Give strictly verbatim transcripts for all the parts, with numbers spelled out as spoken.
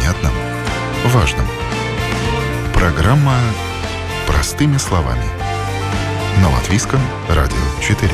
понятном, важном. Программа «Простыми словами» на Латвийском радио четыре.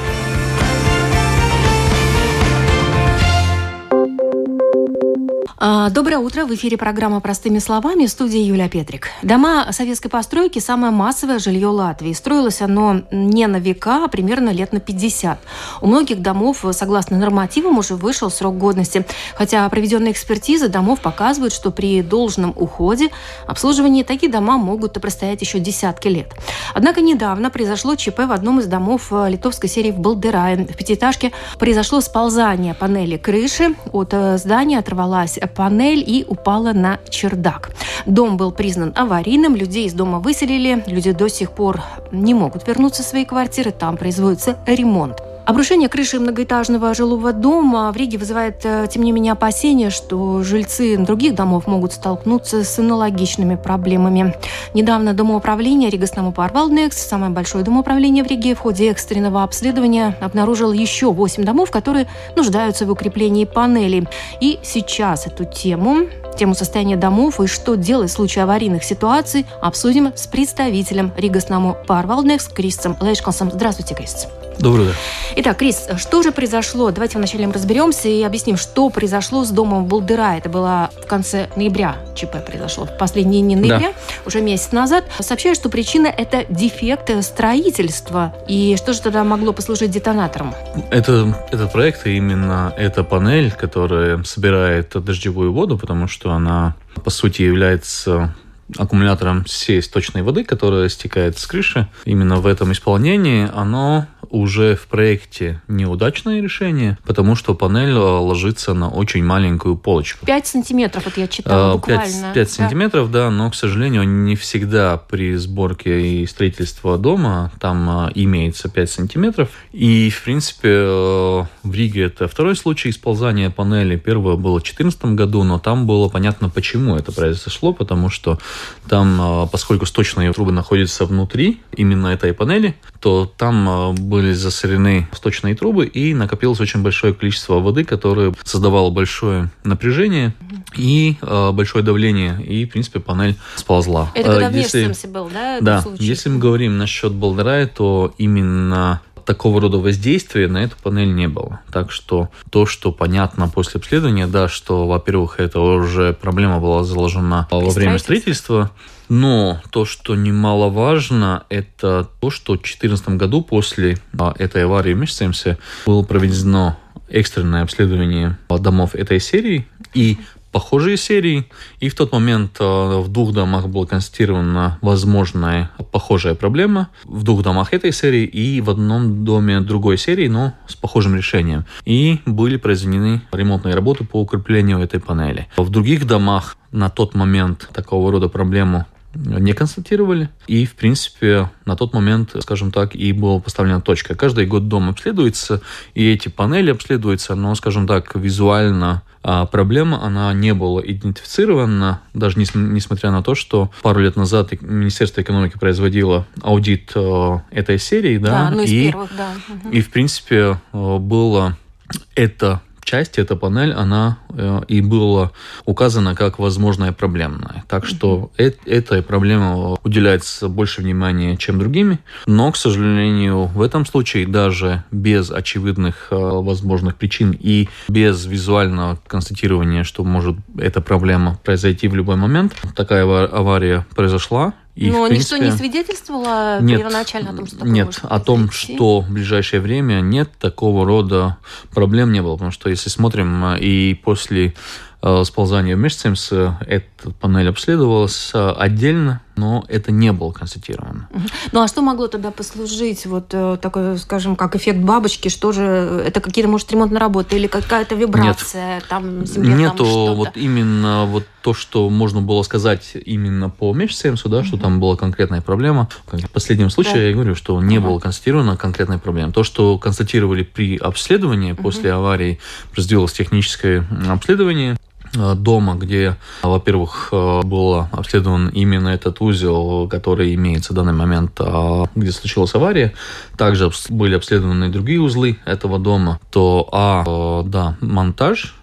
Доброе утро. В эфире программа «Простыми словами», в студии Юлия Петрик. Дома советской постройки – самое массовое жилье Латвии. Строилось оно не на века, а примерно лет на пятьдесят. У многих домов, согласно нормативам, уже вышел срок годности. Хотя проведенные экспертизы домов показывают, что при должном уходе, обслуживании такие дома могут простоять еще десятки лет. Однако недавно произошло ЧП в одном из домов литовской серии в Болдырае. В пятиэтажке произошло сползание панели крыши. От здания оторвалась панель и упала на чердак. Дом был признан аварийным, людей из дома выселили, люди до сих пор не могут вернуться в свои квартиры, там производится ремонт. Обрушение крыши многоэтажного жилого дома в Риге вызывает, тем не менее, опасения, что жильцы других домов могут столкнуться с аналогичными проблемами. Недавно домоуправление Риgas Namu pārvaldnieks, самое большое домоуправление в Риге, в ходе экстренного обследования обнаружило еще восемь домов, которые нуждаются в укреплении панелей. И сейчас эту тему, тему состояния домов и что делать в случае аварийных ситуаций, обсудим с представителем Риgas Namu pārvaldnieks Крисом Лейшкансом. Здравствуйте, Крис. Доброе утро. Итак, Крис, что же произошло? Давайте вначале разберемся и объясним, что произошло с домом в Болдырае. Это было в конце ноября ЧП произошло, в последние дни ноября, да. Уже месяц назад. Сообщают, что причина – это дефект строительства. И что же тогда могло послужить детонатором? Это, этот проект, именно эта панель, которая собирает дождевую воду, потому что она, по сути, является аккумулятором всей сточной воды, которая стекает с крыши. Именно в этом исполнении оно уже в проекте неудачное решение, потому что панель ложится на очень маленькую полочку. пять сантиметров, вот я читала, буквально. пять сантиметров, да, но, к сожалению, не всегда при сборке и строительстве дома там имеется пять сантиметров. И, в принципе, в Риге это второй случай сползания панели. Первое было в две тысячи четырнадцатом году, но там было понятно, почему это произошло, потому что там, поскольку сточные трубы находятся внутри именно этой панели, то там были засорены сточные трубы, и накопилось очень большое количество воды, которое создавало большое напряжение и э, большое давление, и, в принципе, панель сползла. Это когда в если, Межсемсе был, да? Да, случай? Если мы говорим насчет Болдырая, то именно такого рода воздействия на эту панель не было. Так что то, что понятно после обследования, да, что, во-первых, это уже проблема была заложена во время строительства, но то, что немаловажно, это то, что в две тысячи четырнадцатом году после этой аварии в Межсемсе было проведено экстренное обследование домов этой серии и похожие серии, и в тот момент в двух домах была констатирована возможная похожая проблема, в двух домах этой серии и в одном доме другой серии, но с похожим решением. И были произведены ремонтные работы по укреплению этой панели. В других домах на тот момент такого рода проблему не констатировали. И, в принципе, на тот момент, скажем так, и была поставлена точка. Каждый год дом обследуется, и эти панели обследуются, но, скажем так, визуально а проблема, она не была идентифицирована, даже несмотря на то, что пару лет назад Министерство экономики производило аудит э, этой серии, да, да, ну, из и, первых, да. Угу. И, в принципе, было это часть, эта панель, она э, и была указана как возможная проблемная. Так что mm-hmm. э- этой проблеме уделяется больше внимания, чем другими. Но, к сожалению, в этом случае даже без очевидных э, возможных причин и без визуального констатирования, что может эта проблема произойти в любой момент, такая авария произошла. И, Но в принципе, ничто не свидетельствовало нет, первоначально о том, что такое Нет, может о том, произойти? что в ближайшее время нет такого рода проблем не было. Потому что если смотрим, и после э, сползания в Межсемсе эта панель обследовалась отдельно, но это не было констатировано. Ну а что могло тогда послужить, вот такой, скажем, как эффект бабочки? Что же, это какие-то, может, ремонтные работы или какая-то вибрация? Нет, там, земля, нету там что-то? Вот именно вот то, что можно было сказать именно по Межсемсу, да, mm-hmm. что там была конкретная проблема. В последнем случае да. я говорю, что не uh-huh. было констатировано конкретной проблемы. То, что констатировали при обследовании uh-huh. после аварии, произвелось техническое обследование дома, где, во-первых, был обследован именно этот узел, который имеется в данный момент, где случилась авария. Также были обследованы другие узлы этого дома. То, а, да, монтаж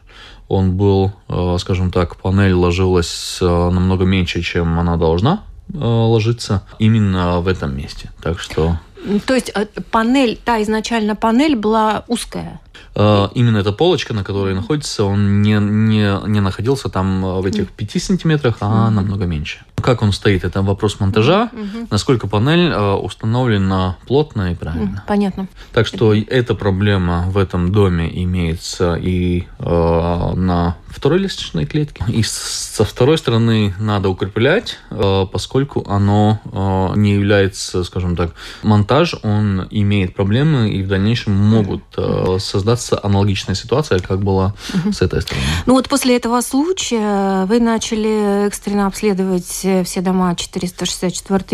он был, скажем так, панель ложилась намного меньше, чем она должна ложиться именно в этом месте. Так что... То есть панель, та изначально панель была узкая? Именно эта полочка, на которой находится, он не, не, не находился там в этих пяти сантиметрах, а mm-hmm. намного меньше. Как он стоит, это вопрос монтажа, mm-hmm. насколько панель установлена плотно и правильно. Mm, понятно. Так что эта проблема в этом доме имеется и э, на второй лестничной клетке. И со второй стороны надо укреплять, э, поскольку оно э, не является, скажем так, монтаж, он имеет проблемы, и в дальнейшем могут э, создаться аналогичная ситуация, как была mm-hmm. с этой стороны. Ну вот после этого случая вы начали экстренно обследовать все дома четыреста шестьдесят четвёртой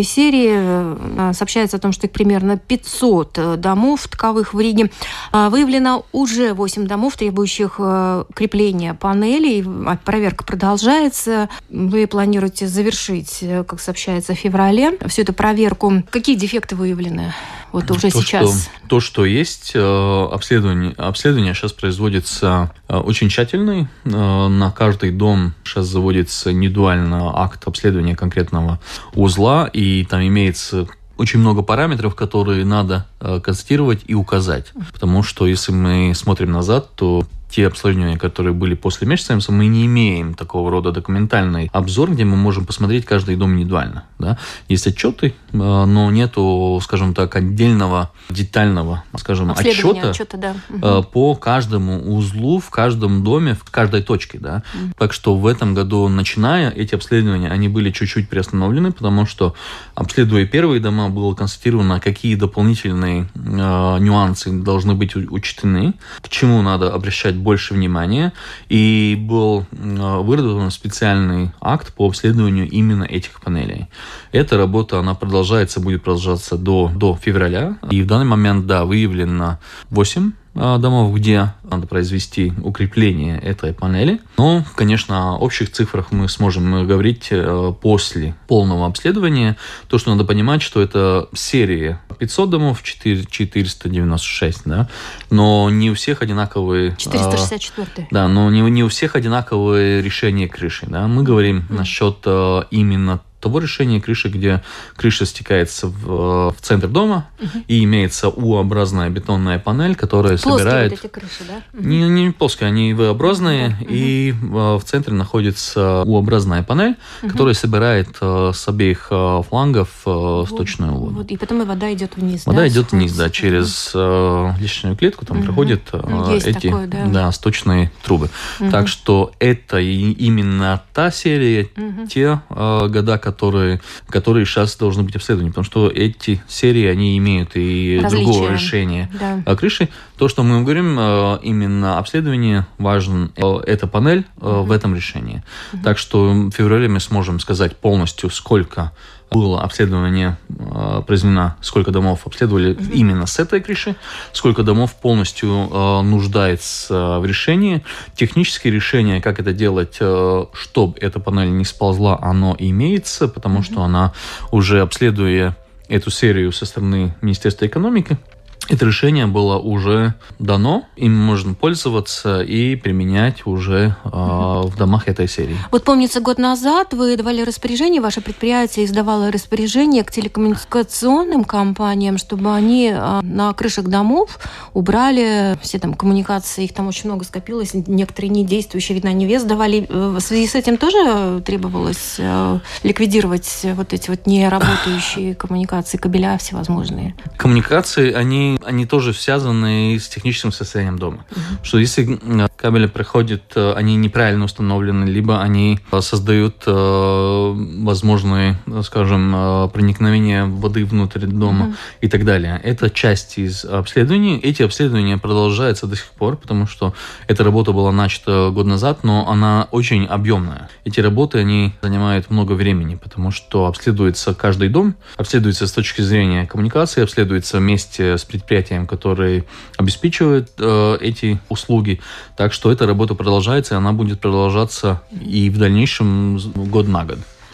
серии. Сообщается о том, что их примерно пятьсот домов таковых в Риге. Выявлено уже восемь домов, требующих крепления панелей. Проверка продолжается. Вы планируете завершить, как сообщается, в феврале всю эту проверку. Какие дефекты выявлены вот уже то, сейчас? Что, то, что есть, обследование, обследование сейчас производится очень тщательно. На каждый дом сейчас заводится индивидуально акт обследования конкретного узла, и там имеется очень много параметров, которые надо констатировать и указать. Потому что если мы смотрим назад, то те обследования, которые были после Межсайнса, мы не имеем такого рода документальный обзор, где мы можем посмотреть каждый дом индивидуально. Да? Есть отчеты, но нету, скажем так, отдельного детального, скажем, отчета, отчета да. по каждому узлу в каждом доме, в каждой точке. Да? Угу. Так что в этом году, начиная, эти обследования, они были чуть-чуть приостановлены, потому что, обследуя первые дома, было констатировано, какие дополнительные э, нюансы должны быть учтены, к чему надо обращать больше внимания, и был выработан специальный акт по обследованию именно этих панелей. Эта работа, она продолжается, будет продолжаться до, до февраля, и в данный момент, да, выявлено восемь домов, где надо произвести укрепление этой панели. Но, конечно, о общих цифрах мы сможем говорить после полного обследования. То, что надо понимать, что это серия пятьсот домов, четыреста девяносто шесть, да, но не у всех одинаковые... четыреста шестьдесят четыре. Да, но не, не у всех одинаковые решения крыши, да. Мы говорим mm. насчет именно того решения крыши, где крыша стекается в, в центр дома, угу. и имеется У-образная бетонная панель, которая плоские собирает... вот эти крыши, да? Угу. Не, не плоские, они V-образные, угу. и в, в центре находится У-образная панель, угу. которая собирает с обеих флангов вот, сточную воду. Вот, и потом и вода идет вниз, вода да? идет вниз, да, через угу. лестничную клетку, там угу. проходят Есть эти такое, да. Да, сточные трубы. Угу. Так что это и именно та серия, угу. те э, года, которые, которые сейчас должны быть обследованы, потому что эти серии, они имеют и различия. Другое решение да. крыши. То, что мы говорим, именно обследование важен, эта панель uh-huh. в этом решении. Uh-huh. Так что в феврале мы сможем сказать полностью, сколько было обследование произведено, сколько домов обследовали uh-huh. именно с этой крыши, сколько домов полностью нуждается в решении. Технические решения, как это делать, чтобы эта панель не сползла, оно имеется, потому uh-huh. что она, уже обследуя эту серию со стороны Министерства экономики, это решение было уже дано, им можно пользоваться и применять уже э, в домах этой серии. Вот помнится, год назад вы давали распоряжение, ваше предприятие издавало распоряжение к телекоммуникационным компаниям, чтобы они э, на крышах домов убрали все там коммуникации, их там очень много скопилось, некоторые недействующие, видно, они вес давали. В связи с этим тоже требовалось э, ликвидировать вот эти вот неработающие коммуникации, кабеля всевозможные? Коммуникации, они они тоже связаны с техническим состоянием дома. Uh-huh. Что если кабели проходят, они неправильно установлены, либо они создают э, возможные, скажем, проникновения воды внутрь дома uh-huh. и так далее. Это часть из обследований. Эти обследования продолжаются до сих пор, потому что эта работа была начата год назад, но она очень объемная. Эти работы, они занимают много времени, потому что обследуется каждый дом, обследуется с точки зрения коммуникации, обследуется вместе с предприятием, предприятиям, которые обеспечивают э, эти услуги. Так что эта работа продолжается, и она будет продолжаться и в дальнейшем год на год.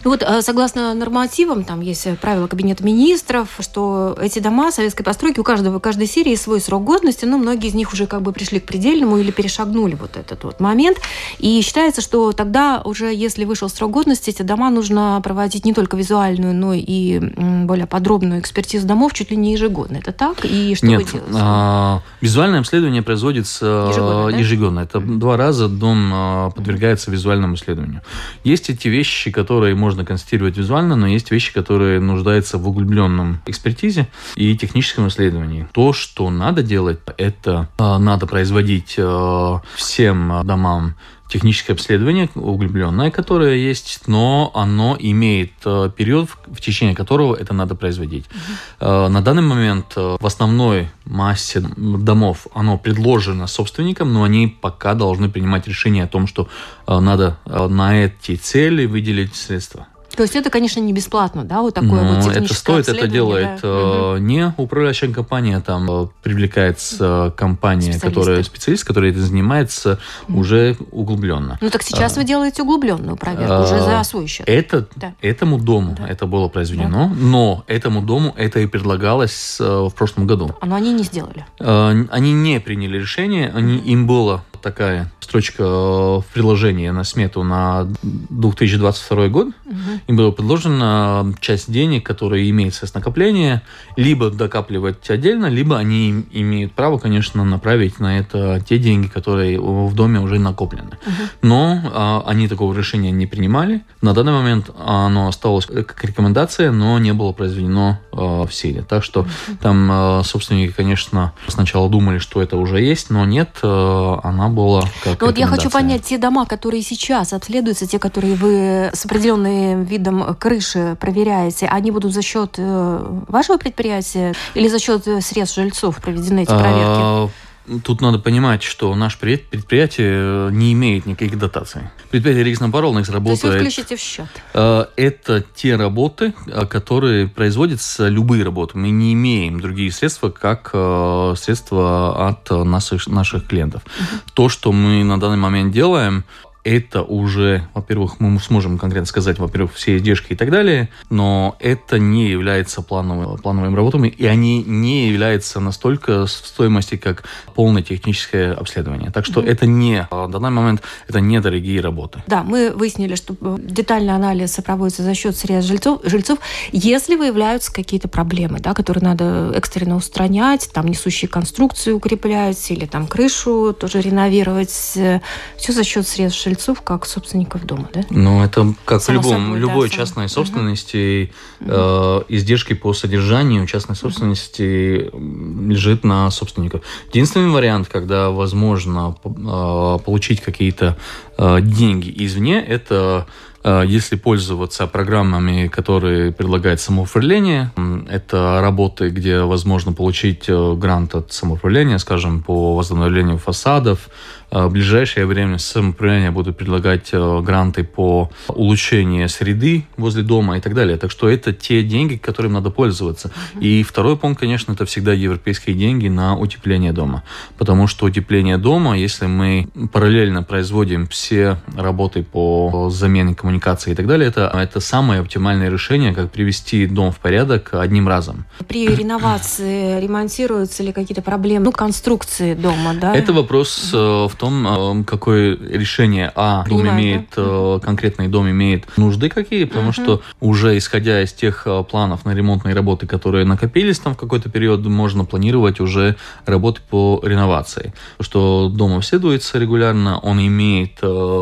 Ну вот, согласно нормативам, там есть правила Кабинета министров, что эти дома советской постройки, у каждого, у каждой серии свой срок годности, но многие из них уже как бы пришли к предельному или перешагнули вот этот вот момент. И считается, что тогда уже, если вышел срок годности, эти дома нужно проводить не только визуальную, но и более подробную экспертизу домов чуть ли не ежегодно. Это так? И что Нет, вы делаете? А, визуальное обследование производится ежегодно. Да? ежегодно. Это два раза дом подвергается визуальному исследованию. Есть эти вещи, которые можно можно констатировать визуально, но есть вещи, которые нуждаются в углубленном экспертизе и техническом исследовании. То, что надо делать, это э, надо производить э, всем домам техническое обследование углубленное, которое есть, но оно имеет э, период, в, в течение которого это надо производить. Uh-huh. Э, на данный момент э, в основной массе домов оно предложено собственникам, но они пока должны принимать решение о том, что э, надо э, на эти цели выделить средства. То есть это, конечно, не бесплатно, да, вот такое Но вот техническое это стоит, это делает да? э, не управляющая компания, там э, привлекается компания, которая специалист, который этим занимается mm-hmm. уже углубленно. Ну так сейчас а, вы делаете углубленную проверку а, уже за свой счет. Это, да. Этому дому да. это было произведено, да. но этому дому это и предлагалось э, в прошлом году. Но они не сделали. Э, они не приняли решение, они, им было такая строчка в приложении на смету на две тысячи двадцать второй год. Угу. Им было предложено часть денег, которые имеются с накопления, либо докапливать отдельно, либо они имеют право, конечно, направить на это те деньги, которые в доме уже накоплены. Угу. Но а, они такого решения не принимали. На данный момент оно осталось как рекомендация, но не было произведено а, в силе. Так что угу. там а, собственники, конечно, сначала думали, что это уже есть, но нет, а, она была как Но вот я хочу понять, те дома, которые сейчас обследуются, те, которые вы с определенным видом крыши проверяете, они будут за счет вашего предприятия или за счет средств жильцов проведены эти проверки? Тут надо понимать, что наше предприятие не имеет никаких дотаций. Предприятие Ригзнаборонекс работает... То есть вы включите в счет? Это те работы, которые производятся, любые работы. Мы не имеем другие средства, как средства от наших, наших клиентов. Угу. То, что мы на данный момент делаем... Это уже, во-первых, мы сможем конкретно сказать, во-первых, все издержки и так далее, но это не является плановыми, плановыми работами, и они не являются настолько в стоимости, как полное техническое обследование. Так что mm-hmm. это не, на данный момент, это недорогие работы. Да, мы выяснили, что детальный анализ проводится за счет средств жильцов, жильцов, если выявляются какие-то проблемы, да, которые надо экстренно устранять, там несущие конструкцию укреплять или там крышу тоже реновировать. Все за счет средств жильцов. Жильцов, как собственников дома, да? Ну, это как в любом, собой, любой да, частной сам... собственности, угу. э, издержки по содержанию частной собственности угу. лежит на собственниках. Единственный вариант, когда возможно э, получить какие-то э, деньги извне, это э, если пользоваться программами, которые предлагает самоуправление. Это работы, где возможно получить грант от самоуправления, скажем, по восстановлению фасадов. В ближайшее время самоуправление будут предлагать гранты по улучшению среды возле дома и так далее. Так что это те деньги, которыми надо пользоваться. Uh-huh. И второй пункт, конечно, это всегда европейские деньги на утепление дома. Потому что утепление дома, если мы параллельно производим все работы по замене коммуникации и так далее, это, это самое оптимальное решение, как привести дом в порядок одним разом. При реновации ремонтируются ли какие-то проблемы, ну, конструкции дома, да? Это вопрос uh-huh. в том, какое решение а дом Понимаю, имеет, да? конкретный дом имеет нужды какие, потому uh-huh. что уже исходя из тех планов на ремонтные работы, которые накопились там в какой-то период, можно планировать уже работы по реновации. Что дом обследуется регулярно, он имеет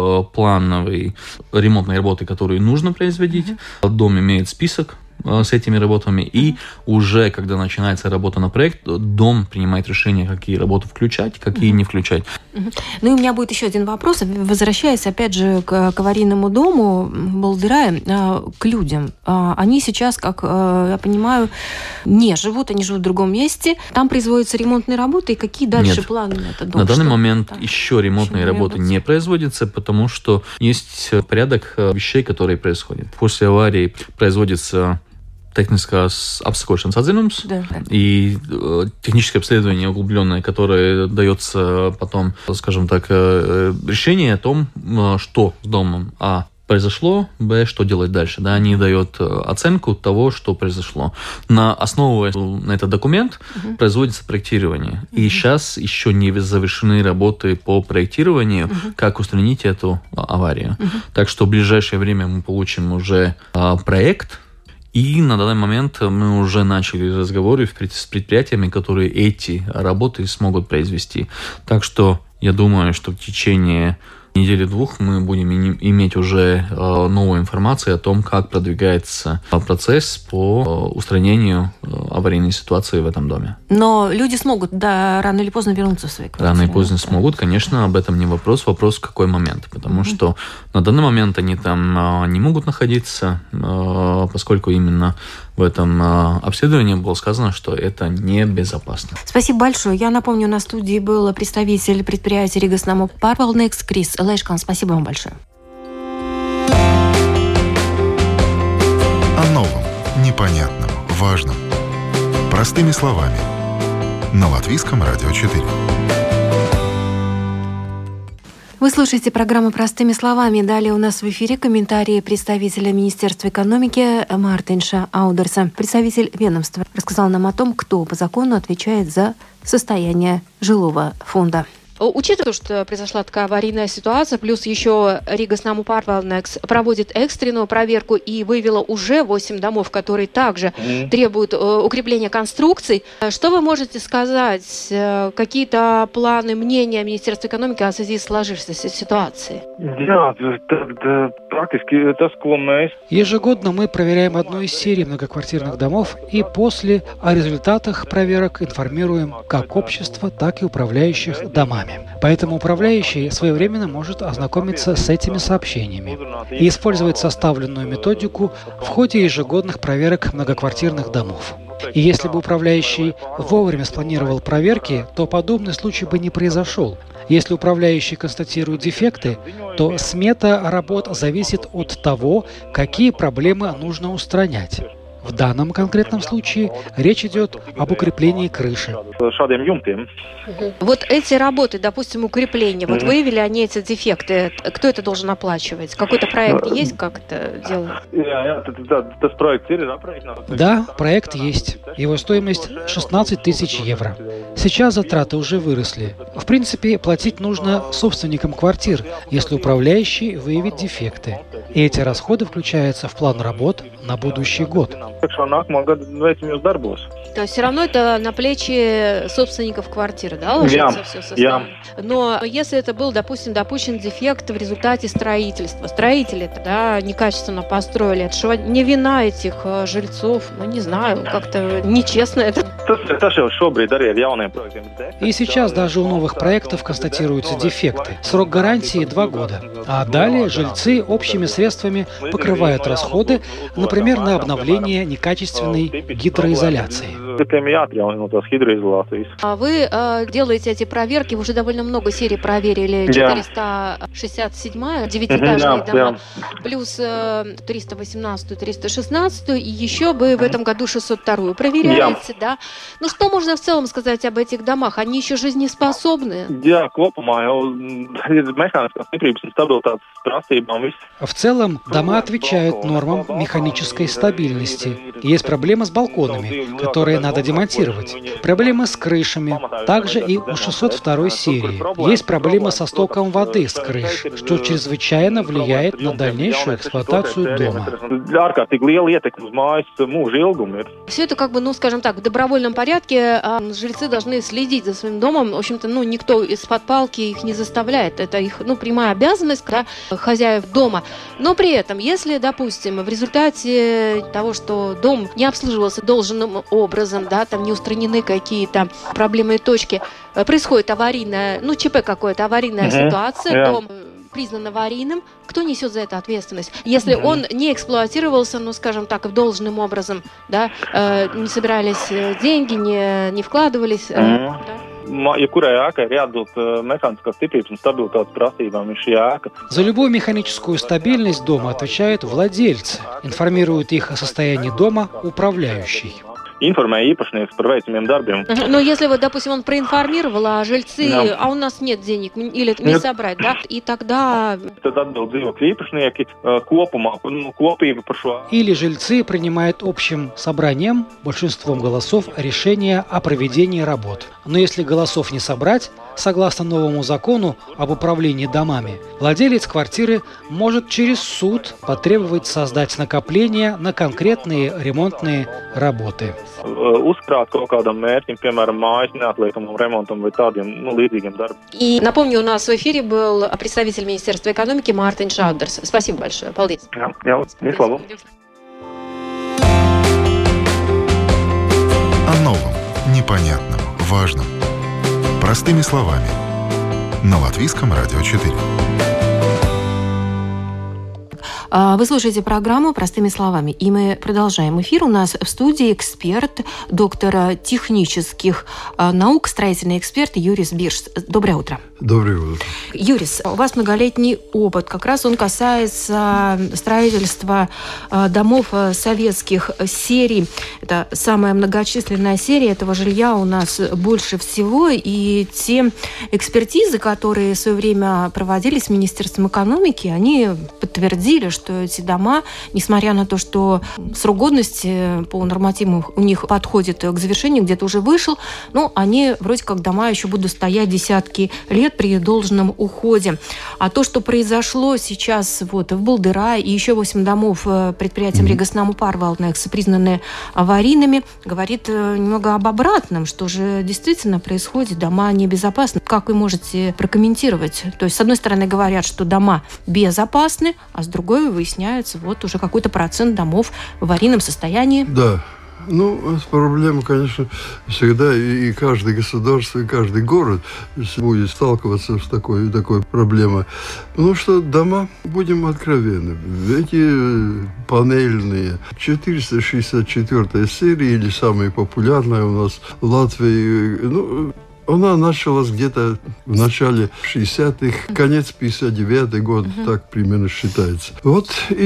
плановые ремонтные работы, которые нужно производить, uh-huh. дом имеет список с этими работами, и уже, когда начинается работа на проект, дом принимает решение, какие работы включать, какие uh-huh. не включать. Uh-huh. Ну и у меня будет еще один вопрос, возвращаясь опять же к, к аварийному дому Балдырая, к людям. Они сейчас, как я понимаю, не живут, они живут в другом месте, там производятся ремонтные работы, и какие дальше Нет. планы на этот дом? На данный что? момент да. еще ремонтные еще работы не производятся, потому что есть порядок вещей, которые происходят. После аварии производится техническое apskakošanas atzinums да. и э, техническое обследование углубленное, которое дается потом, скажем так, э, решение о том, э, что с домом а произошло, б, что делать дальше. Да, они дают оценку того, что произошло. На основе на этот документ uh-huh. производится проектирование. Uh-huh. И сейчас еще не завершены работы по проектированию, uh-huh. как устранить эту аварию. Uh-huh. Так что в ближайшее время мы получим уже а, проект. И на данный момент мы уже начали разговоры с предприятиями, которые эти работы смогут произвести. Так что я думаю, что в течение недели-двух мы будем иметь уже новую информацию о том, как продвигается процесс по устранению аварийной ситуации в этом доме. Но люди смогут, да, рано или поздно вернуться в свои квартиры. Рано и поздно да. смогут, конечно, об этом не вопрос. Вопрос, в какой момент. Потому mm-hmm. что на данный момент они там не могут находиться, поскольку именно в этом обследовании было сказано, что это небезопасно. Спасибо большое. Я напомню, на студии был представитель предприятия Риgas Namu Pārvaldnieks Крис Лешкан. Спасибо вам большое. О новом, непонятном, важном. Простыми словами. На Латвийском радио четыре. Вы слушаете программу «Простыми словами». Далее у нас в эфире комментарии представителя Министерства экономики Мартинша Аудерса. Представитель ведомства рассказал нам о том, кто по закону отвечает за состояние жилого фонда. Учитывая, что произошла такая аварийная ситуация, плюс еще Риgas Namu Pārvaldnieks проводит экстренную проверку и выявила уже восемь домов, которые также mm-hmm. требуют укрепления конструкций. Что вы можете сказать? Какие-то планы, мнения Министерства экономики о связи с сложившейся ситуацией? Ежегодно мы проверяем одну из серий многоквартирных домов и после о результатах проверок информируем как общество, так и управляющих домами. Поэтому управляющий своевременно может ознакомиться с этими сообщениями и использовать составленную методику в ходе ежегодных проверок многоквартирных домов. И если бы управляющий вовремя спланировал проверки, то подобный случай бы не произошел. Если управляющий констатирует дефекты, то смета работ зависит от того, какие проблемы нужно устранять. В данном конкретном случае речь идет об укреплении крыши. Вот эти работы, допустим, укрепления, вот выявили они эти дефекты, кто это должен оплачивать? Какой-то проект есть, как это делать? Да, проект есть. Его стоимость шестнадцать тысяч евро. Сейчас затраты уже выросли. В принципе, платить нужно собственникам квартир, если управляющий выявит дефекты. И эти расходы включаются в план работ на будущий год. То есть все равно это на плечи собственников квартиры, да, ложится все состояние? Но если это был, допустим, допущен дефект в результате строительства, строители да, некачественно построили, это что, не вина этих жильцов, ну не знаю, как-то нечестно это. И сейчас даже у новых проектов констатируются дефекты. Срок гарантии два года. А далее жильцы общими средствами покрывают расходы, например, на обновление некачественной гидроизоляции. А вы э, делаете эти проверки, вы уже довольно много серий проверили, четыреста шестьдесят семь, девятиэтажные дома, плюс э, триста восемнадцать, триста шестнадцать, и еще вы в этом году шестьсот два проверяете, да? Ну что можно в целом сказать об этих домах? Они еще жизнеспособны? В целом, дома отвечают нормам механической стабильности. Есть проблемы с балконами, которые надо демонтировать. Проблемы с крышами. Также и у шестьсот второй серии. Есть проблемы со стоком воды с крыш, что чрезвычайно влияет на дальнейшую эксплуатацию дома. Все это как бы, ну, скажем так, в добровольном порядке жильцы должны следить за своим домом. В общем-то, ну, никто из-под палки их не заставляет. Это их, ну, прямая обязанность, да, хозяев дома. Но при этом, если, допустим, в результате того, что дом не обслуживался должным образом, да, там не устранены какие-то проблемные точки, происходит аварийная, ну, ЧП какое-то, аварийная uh-huh. ситуация, yeah. дом признан аварийным, кто несет за это ответственность? Если uh-huh. он не эксплуатировался, ну, скажем так, должным образом, да, э, не собирались деньги, не, не вкладывались, uh-huh. да? За любую механическую стабильность дома отвечают владельцы, информируют их о состоянии дома управляющий. informēja īpašnieks par veicamiem darbiem. Но если вот, допустим, он проинформировал, а жильцы, Jā. а у нас нет денег, или не Нет. собрать, да, и тогда... Tad atbild dzīvokļu īpašnieki kopumā, nu, kopību par šo. Или жильцы принимают общим собранием, большинством голосов, решение о проведении работ. Но если голосов не собрать, согласно новому закону об управлении домами, владелец квартиры может через суд потребовать создать накопление на конкретные ремонтные работы. Uzkrāt kaut kādam mērķim, piemēram, mājas neatliekamam remontam vai tādiem, nu, līdzīgiem darbiem. И напомню, у нас в эфире был представитель Министерства экономики Мартин Шаудерс. Спасибо большое. Paldies. Jā, jā, vislabāk. О новом, непонятном, важном. Простыми словами. На Латвийском радио четыре. Вы слушаете программу «Простыми словами», и мы продолжаем эфир. У нас в студии эксперт, доктор технических наук, строительный эксперт Юрис Биршс. Доброе утро. Доброе утро. Юрис, у вас многолетний опыт. Как раз он касается строительства домов советских серий. Это самая многочисленная серия этого жилья у нас больше всего. И те экспертизы, которые в свое время проводились Министерством экономики, они подтвердили, что эти дома, несмотря на то, что срок годности по нормативам у них подходит к завершению, где-то уже вышел, но они вроде как дома еще будут стоять десятки лет при должном уходе. А то, что произошло сейчас вот в Болдыра и еще восемь домов предприятием mm-hmm. Ригас-Наму Pārvaldnieks, признанные аварийными, говорит немного об обратном, что же действительно происходит, дома небезопасны. Как вы можете прокомментировать? То есть, с одной стороны, говорят, что дома безопасны, а с другой выясняется, вот уже какой-то процент домов в аварийном состоянии. Да. Ну, проблема, конечно, всегда, и каждое государство, и каждый город будет сталкиваться с такой, такой проблемой. Потому что дома, будем откровенны, эти панельные, четыреста шестьдесят четвёртая серия, или самая популярная у нас в Латвии, ну, она началась где-то в начале шестидесятых, конец пятьдесят девятый год, uh-huh. так примерно считается. Вот,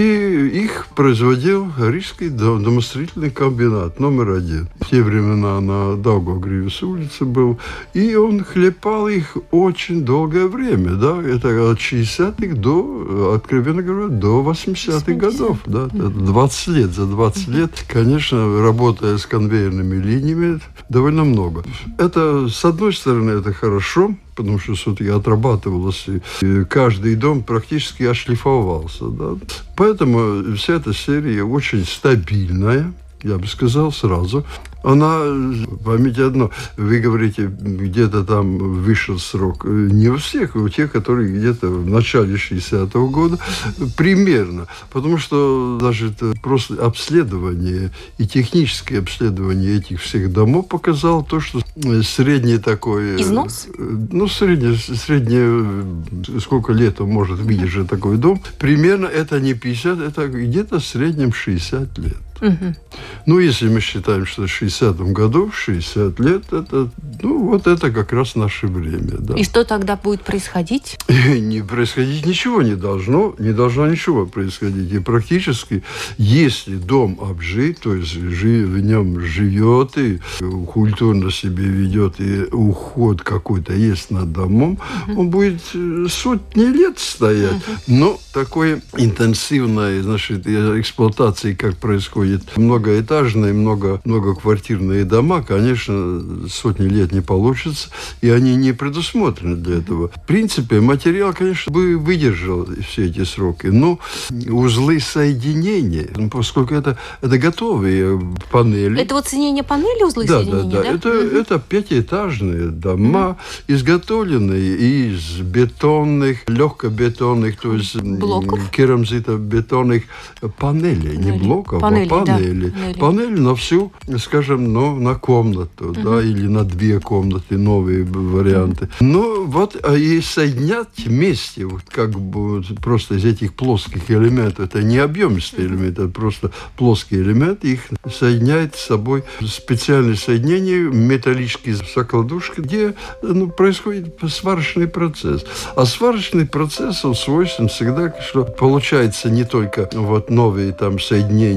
и их производил Рижский домостроительный комбинат номер один. В те времена на Даугавгривas улице был, и он хлепал их очень долгое время, да, это от шестидесятых до, откровенно говоря, до восьмидесятых годов, да, двадцать лет, за двадцать лет, конечно, работая с конвейерными линиями, довольно много. Это, с одной стороны, это хорошо, потому что все-таки отрабатывалось, и каждый дом практически ошлифовался. Да? Поэтому вся эта серия очень стабильная, я бы сказал сразу. Она, поймите одно, вы говорите, где-то там вышел срок. Не у всех, у тех, которые где-то в начале шестидесятого года, примерно. Потому что даже это просто обследование и техническое обследование этих всех домов показало то, что средний такой... Износ? Ну, средний, средний, сколько лет он может выдержать такой дом. Примерно это не пятьдесят, это где-то в среднем шестьдесят лет. Угу. Ну, если мы считаем, что в шестидесятом году, шестьдесят лет, это, ну, вот это как раз наше время. Да. И что тогда будет происходить? Не происходить ничего не должно, не должно ничего происходить. И практически, если дом обжит, то есть в нем живет и культурно себя ведет, и уход какой-то есть над домом, угу. он будет сотни лет стоять. Угу. Но такой интенсивной, значит, эксплуатации, как происходит многоэтажные, много, многоквартирные дома, конечно, сотни лет не получится, и они не предусмотрены для этого. В принципе, материал, конечно, бы выдержал все эти сроки, но узлы соединения, поскольку это, это готовые панели. Это вот соединение панели, узлы да, соединения, да? Да, да? Это, угу. это пятиэтажные дома, угу. изготовленные из бетонных, легкобетонных, то есть керамзитобетонных панелей, не блоков, панели, а панели. Да, панели. Панели на всю, скажем, ну, на комнату, угу. да, или на две комнаты, новые варианты. Угу. Ну, вот, а и соединять вместе, вот, как бы просто из этих плоских элементов, это не объемистый угу. элемент, это просто плоский элемент, их соединяет с собой специальное соединение, металлические закладушки, где ну, происходит сварочный процесс. А сварочный процесс, он свойствен всегда, что получается не только вот новые там соединения, соединения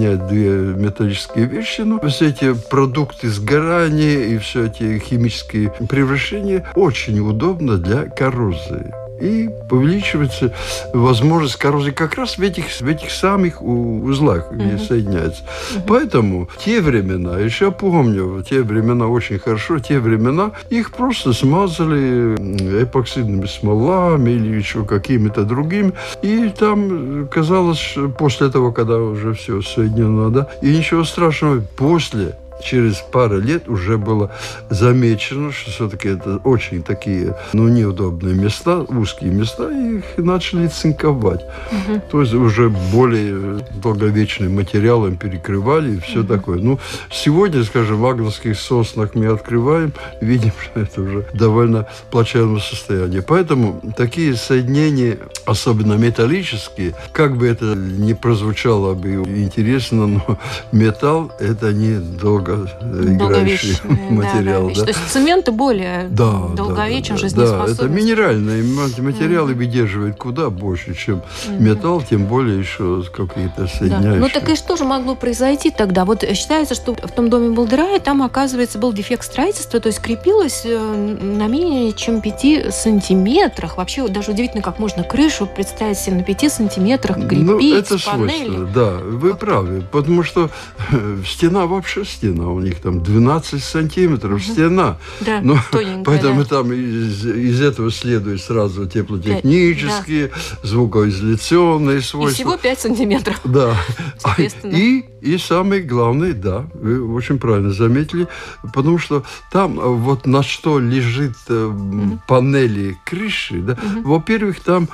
соединяет две металлические вещи. Но все эти продукты сгорания и все эти химические превращения очень удобно для коррозии. И увеличивается возможность коррозии как раз в этих, в этих самых узлах, где mm-hmm. соединяются. Mm-hmm. Поэтому те времена, еще помню, те времена очень хорошо, те времена, их просто смазали эпоксидными смолами или еще какими-то другими. И там казалось, после того, когда уже все соединено, да, и ничего страшного, после через пару лет уже было замечено, что все-таки это очень такие, ну, неудобные места, узкие места, и их начали цинковать. Угу. То есть уже более долговечным материалом перекрывали и все угу. такое. Ну, сегодня, скажем, в Агловских соснах мы открываем, видим, что это уже довольно плачевном состоянии. Поэтому такие соединения, особенно металлические, как бы это ни прозвучало бы интересно, но металл – это не долго играющий материал. Да, да. Да. То есть цемент более да, долговечен, да, жизнеспособен. Да, это минеральные материалы mm. выдерживают куда больше, чем mm-hmm. металл, тем более еще какие-то соединяющие. Да. Ну так и что же могло произойти тогда? Вот считается, что в том доме Балдерая там, оказывается, был дефект строительства, то есть крепилось на менее чем пяти сантиметрах. Вообще даже удивительно, как можно крышу представить себе на пяти сантиметрах крепить, ну, это панели. Свойство, да, вы как... правы, потому что стена вообще стена. У них там двенадцать сантиметров угу. стена. Да, но, поэтому да. там из, из этого следует сразу теплотехнические, да. звукоизоляционные свойства. И всего пять сантиметров. Да. И, и самое главное, да, вы очень правильно заметили, потому что там вот на что лежит угу. панели крыши, да, угу. во-первых, там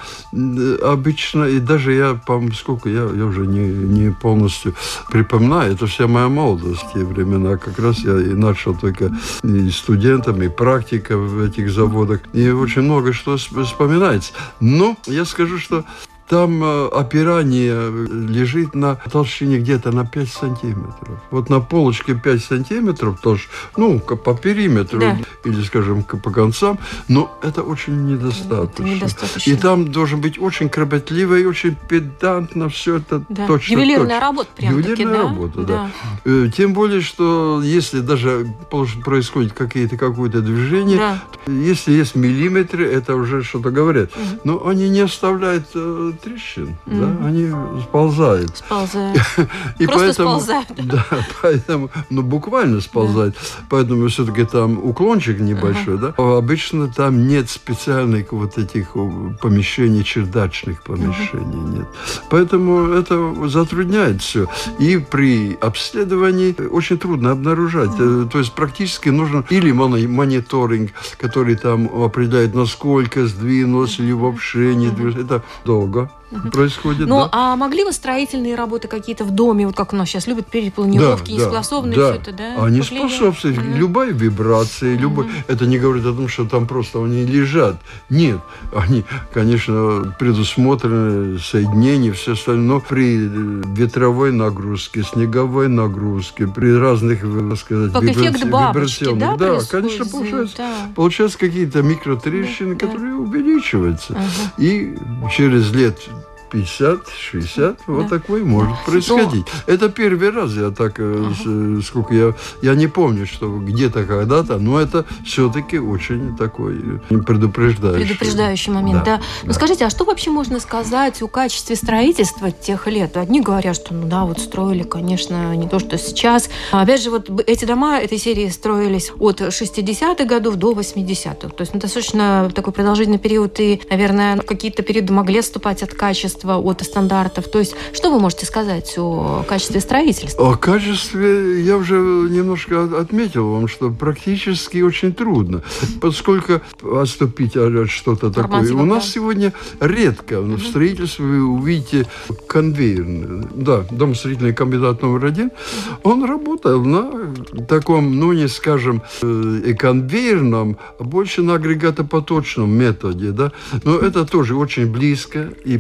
обычно, и даже я, по-моему, сколько, я, я уже не, не полностью припоминаю, это вся моя молодость в те времена. Как раз я и начал только и студентом, и практика в этих заводах. И очень много что вспоминается. Но я скажу, что там опирание лежит на толщине где-то на пять сантиметров. Вот на полочке пять сантиметров тоже, ну, по периметру, да. или, скажем, по концам, но это очень недостаточно. Это недостаточно. И там должен быть очень кропотливо и очень педантно все это да. точно. Ювелирная точно. работа прям Ювелирная таки, да? работа, да? да. Тем более, что если даже происходит какие-то, какое-то движение, да. если есть миллиметры, это уже что-то говорят. Угу. Но они не оставляют трещин, mm. да, они сползают. Сползают. И Просто поэтому, сползают. Да, поэтому, ну, буквально сползают. Да. Поэтому все-таки там уклончик небольшой, uh-huh. да. Обычно там нет специальных вот этих помещений, чердачных помещений uh-huh. нет. Поэтому это затрудняет все. И при обследовании очень трудно обнаружать. Uh-huh. То есть практически нужен или мониторинг, который там определяет, насколько сдвинулось, или вообще не движется. Это долго. Угу. Происходит, ну, да. а могли вы строительные работы какие-то в доме, вот как у нас сейчас любят, перепланировки, да, несогласованные, да, все это, да? Они способствуют. Угу. Любая вибрация, угу. любой... это не говорит о том, что там просто они лежат. Нет, они, конечно, предусмотрены, соединения, все остальное, но при ветровой нагрузке, снеговой нагрузке, при разных, так сказать, как вибраци... эффект бабочки, да, да, конечно, получается, да. получаются какие-то микротрещины, да, которые да. увеличиваются. Угу. И через лет пятьдесят-шестьдесят, да. вот такое может происходить. Но... Это первый раз я так, ага. сколько я, я не помню, что где-то когда-то, но это все-таки очень такой предупреждающий. Предупреждающий момент, да. да. Ну, да. Скажите, а что вообще можно сказать о качестве строительства тех лет? Одни говорят, что, ну да, вот строили, конечно, не то, что сейчас. А опять же, вот эти дома этой серии строились от шестидесятых годов до восьмидесятых. То есть, ну, достаточно такой продолжительный период, и, наверное, какие-то периоды могли отступать от качества, от стандартов. То есть, что вы можете сказать о качестве строительства? О качестве я уже немножко отметил вам, что практически очень трудно, поскольку отступить от что-то такое. У нас сегодня редко в строительстве вы увидите конвейерный. Да, дом строительный комбинат номер один, он работал на таком, ну, не скажем, э, конвейерном, а больше на агрегатопоточном методе, да. Но это тоже очень близко и практически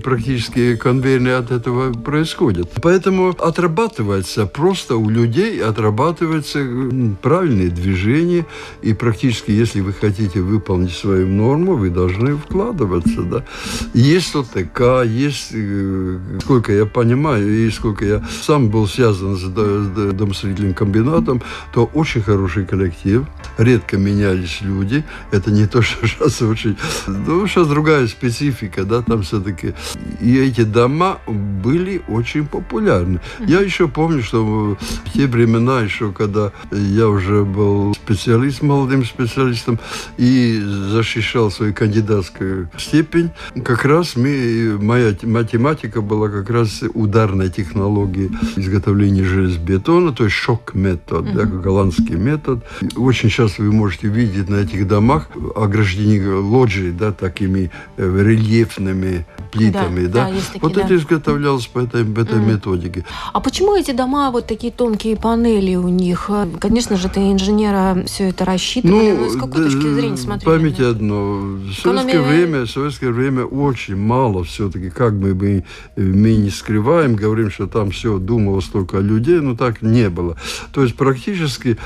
практически конвейерно от этого происходит. Поэтому отрабатывается, просто у людей отрабатываются правильные движения, и практически, если вы хотите выполнить свою норму, вы должны вкладываться. Да? Есть ОТК, есть, сколько я понимаю, и сколько я сам был связан с домостроительным комбинатом, то очень хороший коллектив, редко менялись люди, это не то, что сейчас очень... Ну, сейчас другая специфика, да, там все-таки. И эти дома были очень популярны. Я еще помню, что в те времена, еще когда я уже был специалист, молодым специалистом, и защищал свою кандидатскую степень, как раз мы, моя математика была как раз ударной технологии изготовления железобетона, то есть шок-метод, mm-hmm. да, голландский метод. Очень часто вы можете видеть на этих домах ограждения лоджии, да, такими рельефными плитами, да. да? да такие, вот да. это изготовлялось по этой, по этой mm-hmm. методике. А почему эти дома, вот такие тонкие панели у них? Конечно же, ты инженера все это рассчитывали, ну, но с какой да, точки зрения смотрели? Поймите да? одно, в советское, Экономия... время, в советское время очень мало все-таки, как мы, мы, мы не скрываем, говорим, что там все думалось только о людей, но так не было. То есть практически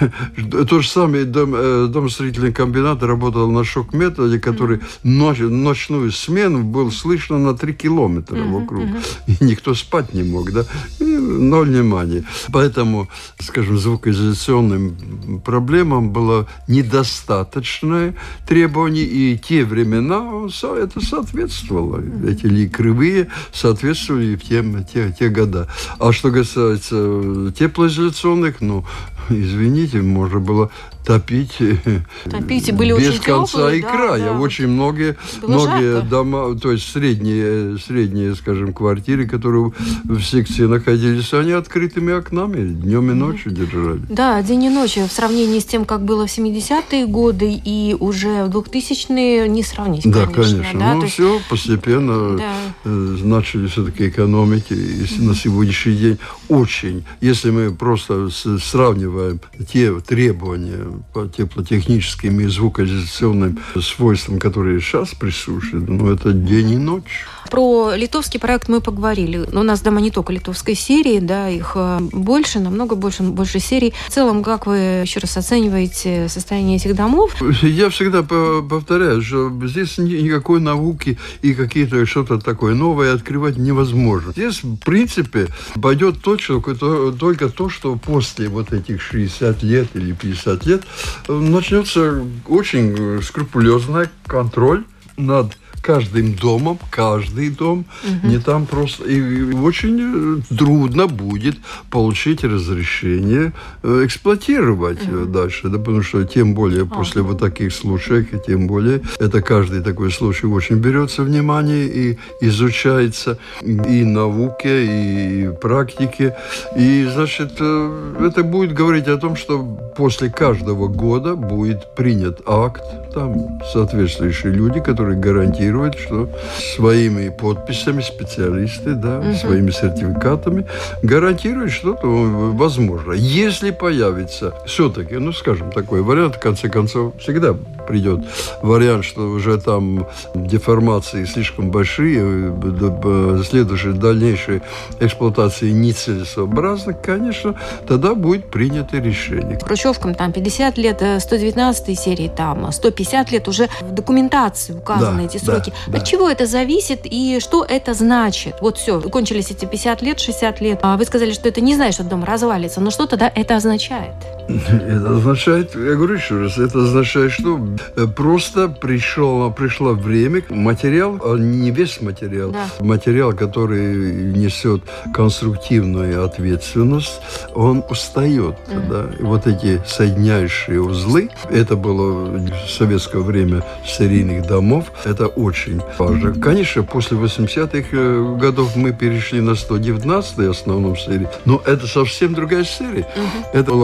то же самое дом, домостроительный комбинат работал на шок-методе, который mm-hmm. ночь, ночную смену был слышно на три километра mm-hmm. вокруг. Mm-hmm. И никто спать не мог, да? И ноль внимания. Поэтому, скажем, звукоизоляционным проблемам было недостаточное требование, и те времена это соответствовало. Mm-hmm. Эти ли кривые соответствовали в те, те, те года. А что касается теплоизоляционных, ну, извините, можно было топить, топить были без очень конца теплые, и да, края. Да. Очень многие, многие дома, то есть средние, средние, скажем, квартиры, которые в секции находились, они открытыми окнами днем и ночью mm-hmm. держали. Да, день и ночь. В сравнении с тем, как было в семидесятые годы и уже в двухтысячные, не сравнить, да, конечно. конечно. Да, ну, то все постепенно да. начали все-таки экономить. И на сегодняшний день очень, если мы просто сравниваем те требования по теплотехническим и звукоизоляционным свойствам, которые сейчас присущи, ну, это день и ночь. Про литовский проект мы поговорили. У нас дома не только литовской серии, да, их больше, намного больше, больше серий. В целом, как вы еще раз оцениваете состояние этих домов? Я всегда повторяю, что здесь никакой науки и какие-то что-то такое новое открывать невозможно. Здесь, в принципе, пойдет точно только то, что после вот этих шестидесяти лет или пятидесяти лет начнется очень скрупулезный контроль над каждым домом, каждый дом, угу. не там просто... И очень трудно будет получить разрешение эксплуатировать угу. дальше, да, потому что тем более после а, вот таких случаев, и тем более это каждый такой случай очень берется внимание и изучается и науке, и практике. И, значит, это будет говорить о том, что после каждого года будет принят акт, там соответствующие люди, которые гарантируют, что своими подписями специалисты, да, угу. своими сертификатами гарантируют что-то возможно. Если появится все-таки, ну, скажем, такой вариант, в конце концов, всегда придет вариант, что уже там деформации слишком большие, следующей дальнейшей эксплуатации нецелесообразно, конечно, тогда будет принято решение. Хрущевкам там пятьдесят лет, сто девятнадцатой серии там сто пятьдесят лет, уже в документации указаны да, эти сроки. Да, От да. чего это зависит и что это значит? Вот все, кончились эти пятьдесят лет, шестьдесят лет. А вы сказали, что это не значит, что дом развалится, но что тогда это означает? Это означает, я говорю еще раз, это означает, что просто пришло, пришло время, материал, не весь материал, да. материал, который несет конструктивную ответственность, он устает. Mm. Да? И вот эти соединяющие узлы, это было в советское время серийных домов, это очень важно. Конечно, после восьмидесятых годов мы перешли на сто девятнадцатую основном серии, но это совсем другая серия. Mm-hmm. Это было на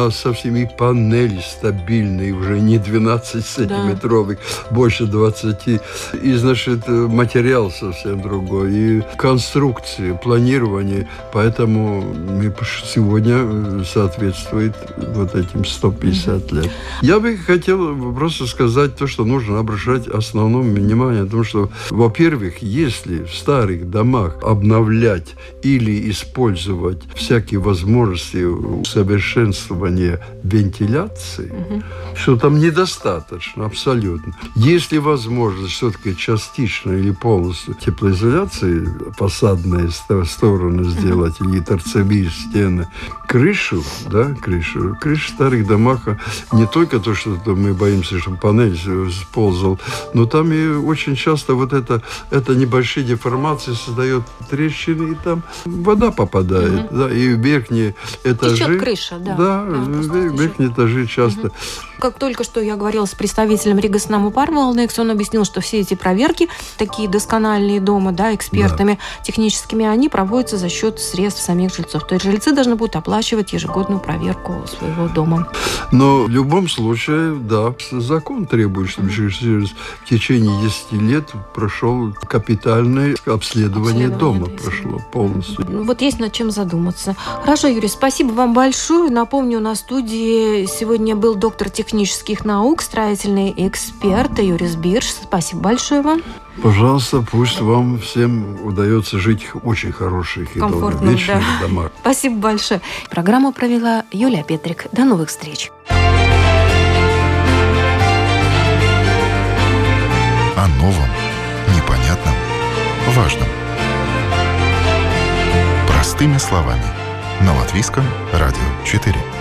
нас совсем и панели стабильные, уже не двенадцать сантиметровых, да. больше двадцати. И, значит, материал совсем другой, и конструкции, планирование. Поэтому мы сегодня соответствует вот этим сто пятьдесят лет. Я бы хотел просто сказать то, что нужно обращать основное внимание, потому что, во-первых, если в старых домах обновлять или использовать всякие возможности усовершенствования вентиляции, угу. что там недостаточно абсолютно. Если возможность все-таки частично или полностью теплоизоляции фасадные стороны сделать, угу. или торцевые стены, крышу, да, крышу, крыша в старых домах не только то, что мы боимся, что панель сползал, но там и очень часто вот это, это небольшие деформации создает трещины, и там вода попадает, угу. да, и в верхние этажи. Течет крыша, да. Да, да в верхние этажи часто. Угу. Как только что я говорила с представителем Рига Снаму Парвалнекс, он объяснил, что все эти проверки, такие доскональные дома, да, экспертами да. техническими, они проводятся за счет средств самих жильцов. То есть жильцы должны будут оплачивать ежегодную проверку своего дома. Но в любом случае, да, закон требует, чтобы mm-hmm. в течение десяти лет прошел капитальное обследование, обследование дома, прошло полностью. Ну, вот есть над чем задуматься. Хорошо, Юрий, спасибо вам большое. Напомню, на студии сегодня был доктор технических наук, строительный эксперт Юрий Збирш. Спасибо большое вам. Пожалуйста, пусть вам всем удается жить в очень хороших и долговечных да. домах. Спасибо большое. Программу провела Юлия Петрик. До новых встреч. О новом, непонятном, важном. Простыми словами. На Латвийском радио четыре.